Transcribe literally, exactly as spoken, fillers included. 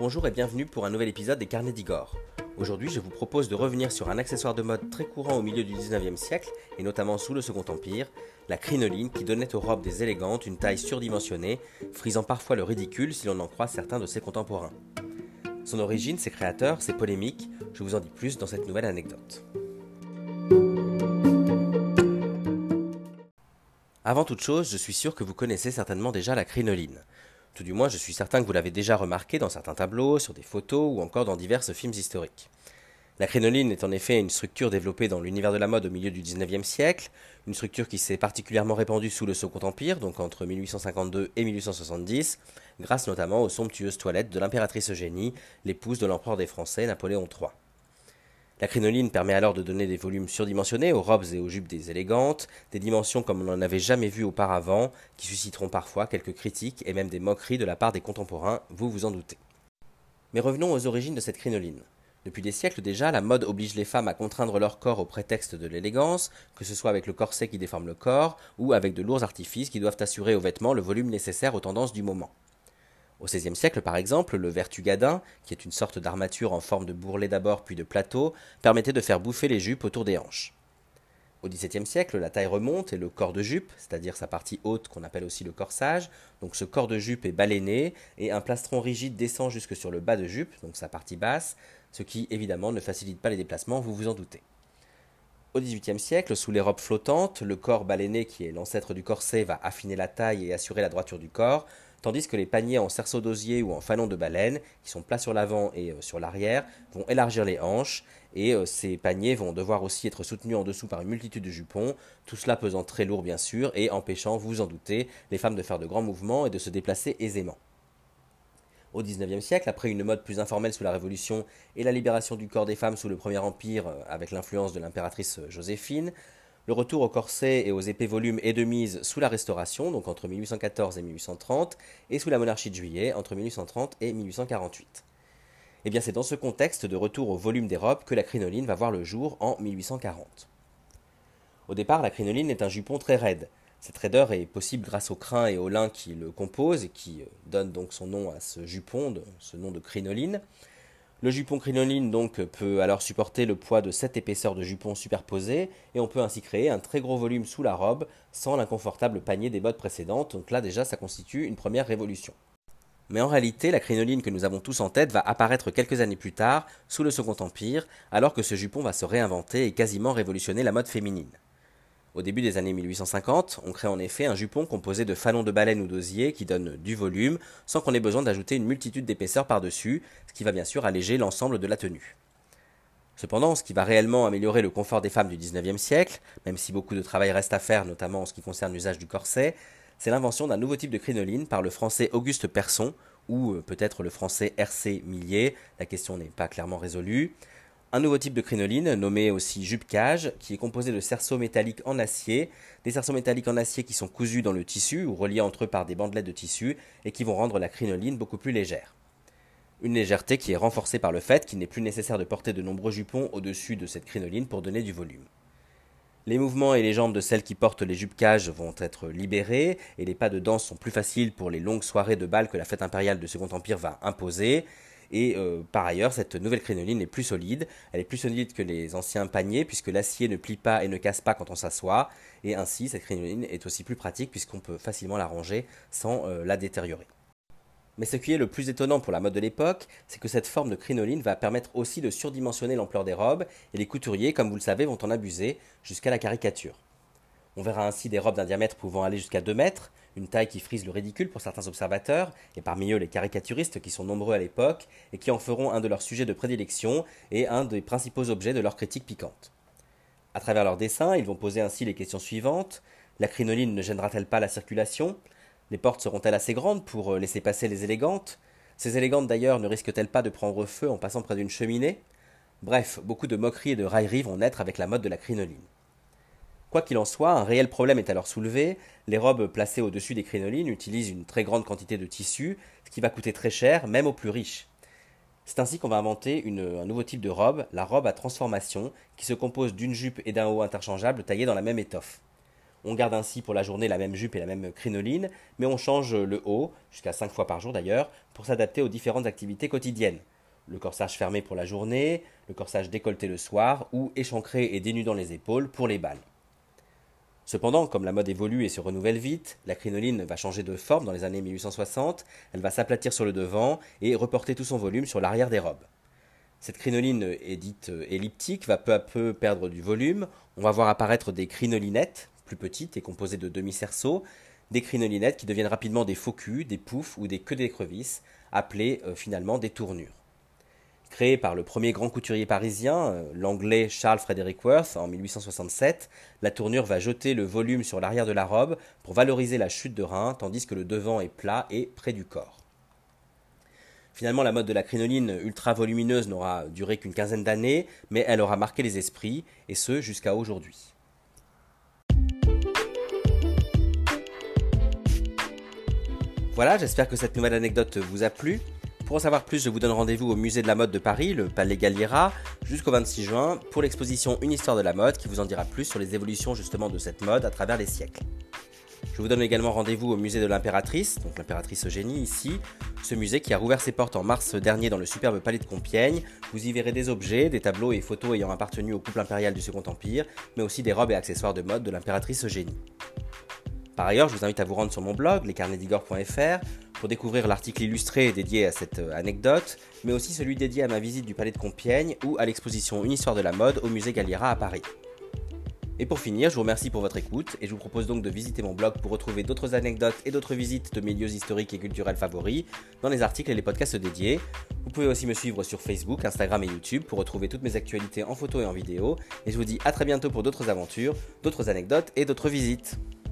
Bonjour et bienvenue pour un nouvel épisode des Carnets d'Igor. Aujourd'hui, je vous propose de revenir sur un accessoire de mode très courant au milieu du dix-neuvième siècle, et notamment sous le Second Empire, la crinoline qui donnait aux robes des élégantes une taille surdimensionnée, frisant parfois le ridicule si l'on en croit certains de ses contemporains. Son origine, ses créateurs, ses polémiques, je vous en dis plus dans cette nouvelle anecdote. Avant toute chose, je suis sûr que vous connaissez certainement déjà la crinoline. Tout du moins, je suis certain que vous l'avez déjà remarqué dans certains tableaux, sur des photos ou encore dans divers films historiques. La crinoline est en effet une structure développée dans l'univers de la mode au milieu du dix-neuvième siècle, une structure qui s'est particulièrement répandue sous le Second Empire, donc entre mille huit cent cinquante-deux et mille huit cent soixante-dix, grâce notamment aux somptueuses toilettes de l'impératrice Eugénie, l'épouse de l'empereur des Français Napoléon trois. La crinoline permet alors de donner des volumes surdimensionnés aux robes et aux jupes des élégantes, des dimensions comme on n'en avait jamais vu auparavant, qui susciteront parfois quelques critiques et même des moqueries de la part des contemporains, vous vous en doutez. Mais revenons aux origines de cette crinoline. Depuis des siècles déjà, la mode oblige les femmes à contraindre leur corps au prétexte de l'élégance, que ce soit avec le corset qui déforme le corps, ou avec de lourds artifices qui doivent assurer aux vêtements le volume nécessaire aux tendances du moment. Au seizième siècle, par exemple, le vertugadin, qui est une sorte d'armature en forme de bourrelet d'abord puis de plateau, permettait de faire bouffer les jupes autour des hanches. Au dix-septième siècle, la taille remonte et le corps de jupe, c'est-à-dire sa partie haute qu'on appelle aussi le corsage, donc ce corps de jupe est baleiné et un plastron rigide descend jusque sur le bas de jupe, donc sa partie basse, ce qui évidemment ne facilite pas les déplacements, vous vous en doutez. Au dix-huitième siècle, sous les robes flottantes, le corps baleiné qui est l'ancêtre du corset va affiner la taille et assurer la droiture du corps, tandis que les paniers en cerceau d'osier ou en fanon de baleine, qui sont plats sur l'avant et euh, sur l'arrière, vont élargir les hanches, et euh, ces paniers vont devoir aussi être soutenus en dessous par une multitude de jupons, tout cela pesant très lourd bien sûr, et empêchant, vous vous en doutez, les femmes de faire de grands mouvements et de se déplacer aisément. Au dix-neuvième siècle, après une mode plus informelle sous la Révolution et la libération du corps des femmes sous le Premier Empire euh, avec l'influence de l'impératrice Joséphine, le retour au corset et aux épais volumes est de mise sous la Restauration, donc entre mille huit cent quatorze et mille huit cent trente, et sous la monarchie de Juillet, entre mille huit cent trente et mille huit cent quarante-huit. Et bien c'est dans ce contexte de retour au volume des robes que la crinoline va voir le jour en mille huit cent quarante. Au départ, la crinoline est un jupon très raide. Cette raideur est possible grâce au crin et au lin qui le composent et qui donnent donc son nom à ce jupon, ce nom de crinoline. Le jupon crinoline donc peut alors supporter le poids de sept épaisseurs de jupons superposés et on peut ainsi créer un très gros volume sous la robe sans l'inconfortable panier des bottes précédentes, donc là déjà ça constitue une première révolution. Mais en réalité, la crinoline que nous avons tous en tête va apparaître quelques années plus tard, sous le Second Empire, alors que ce jupon va se réinventer et quasiment révolutionner la mode féminine. Au début des années mille huit cent cinquante, on crée en effet un jupon composé de fanons de baleine ou d'osier qui donne du volume, sans qu'on ait besoin d'ajouter une multitude d'épaisseurs par-dessus, ce qui va bien sûr alléger l'ensemble de la tenue. Cependant, ce qui va réellement améliorer le confort des femmes du dix-neuvième siècle, même si beaucoup de travail reste à faire, notamment en ce qui concerne l'usage du corset, c'est l'invention d'un nouveau type de crinoline par le français Auguste Persson, ou peut-être le français R C Millet, la question n'est pas clairement résolue. Un nouveau type de crinoline, nommé aussi jupe-cage, qui est composé de cerceaux métalliques en acier, des cerceaux métalliques en acier qui sont cousus dans le tissu ou reliés entre eux par des bandelettes de tissu et qui vont rendre la crinoline beaucoup plus légère. Une légèreté qui est renforcée par le fait qu'il n'est plus nécessaire de porter de nombreux jupons au-dessus de cette crinoline pour donner du volume. Les mouvements et les jambes de celles qui portent les jupes-cages vont être libérés et les pas de danse sont plus faciles pour les longues soirées de bal que la fête impériale du Second Empire va imposer. Et euh, par ailleurs, cette nouvelle crinoline est plus solide, elle est plus solide que les anciens paniers puisque l'acier ne plie pas et ne casse pas quand on s'assoit, et ainsi cette crinoline est aussi plus pratique puisqu'on peut facilement la ranger sans euh, la détériorer. Mais ce qui est le plus étonnant pour la mode de l'époque, c'est que cette forme de crinoline va permettre aussi de surdimensionner l'ampleur des robes, et les couturiers, comme vous le savez, vont en abuser jusqu'à la caricature. On verra ainsi des robes d'un diamètre pouvant aller jusqu'à deux mètres, une taille qui frise le ridicule pour certains observateurs, et parmi eux les caricaturistes qui sont nombreux à l'époque, et qui en feront un de leurs sujets de prédilection et un des principaux objets de leur critique piquante. À travers leurs dessins, ils vont poser ainsi les questions suivantes. La crinoline ne gênera-t-elle pas la circulation ? Les portes seront-elles assez grandes pour laisser passer les élégantes ? Ces élégantes d'ailleurs ne risquent-elles pas de prendre feu en passant près d'une cheminée ? Bref, beaucoup de moqueries et de railleries vont naître avec la mode de la crinoline. Quoi qu'il en soit, un réel problème est alors soulevé. Les robes placées au-dessus des crinolines utilisent une très grande quantité de tissu, ce qui va coûter très cher, même aux plus riches. C'est ainsi qu'on va inventer une, un nouveau type de robe, la robe à transformation, qui se compose d'une jupe et d'un haut interchangeable taillés dans la même étoffe. On garde ainsi pour la journée la même jupe et la même crinoline, mais on change le haut, jusqu'à cinq fois par jour d'ailleurs, pour s'adapter aux différentes activités quotidiennes. Le corsage fermé pour la journée, le corsage décolleté le soir, ou échancré et dénudant les épaules pour les bals. Cependant, comme la mode évolue et se renouvelle vite, la crinoline va changer de forme dans les années mille huit cent soixante, elle va s'aplatir sur le devant et reporter tout son volume sur l'arrière des robes. Cette crinoline est dite elliptique, va peu à peu perdre du volume, on va voir apparaître des crinolinettes, plus petites et composées de demi-cerceaux, des crinolinettes qui deviennent rapidement des faux culs, des poufs ou des queues d'écrevisses, appelées euh, finalement des tournures. Créée par le premier grand couturier parisien, euh, l'anglais Charles Frederick Worth, en mille huit cent soixante-sept, la tournure va jeter le volume sur l'arrière de la robe pour valoriser la chute de rein, tandis que le devant est plat et près du corps. Finalement, la mode de la crinoline ultra volumineuse n'aura duré qu'une quinzaine d'années, mais elle aura marqué les esprits, et ce jusqu'à aujourd'hui. Voilà, j'espère que cette nouvelle anecdote vous a plu. Pour en savoir plus, je vous donne rendez-vous au musée de la mode de Paris, le Palais Galliera, jusqu'au vingt-six juin, pour l'exposition Une histoire de la mode qui vous en dira plus sur les évolutions justement de cette mode à travers les siècles. Je vous donne également rendez-vous au musée de l'impératrice, donc l'impératrice Eugénie ici, ce musée qui a rouvert ses portes en mars dernier dans le superbe palais de Compiègne. Vous y verrez des objets, des tableaux et photos ayant appartenu au couple impérial du Second Empire, mais aussi des robes et accessoires de mode de l'impératrice Eugénie. Par ailleurs, je vous invite à vous rendre sur mon blog, lescarnetsdigor point f r, pour découvrir l'article illustré dédié à cette anecdote, mais aussi celui dédié à ma visite du palais de Compiègne ou à l'exposition Une histoire de la mode au musée Galliera à Paris. Et pour finir, je vous remercie pour votre écoute et je vous propose donc de visiter mon blog pour retrouver d'autres anecdotes et d'autres visites de mes lieux historiques et culturels favoris dans les articles et les podcasts dédiés. Vous pouvez aussi me suivre sur Facebook, Instagram et YouTube pour retrouver toutes mes actualités en photo et en vidéo. Et je vous dis à très bientôt pour d'autres aventures, d'autres anecdotes et d'autres visites.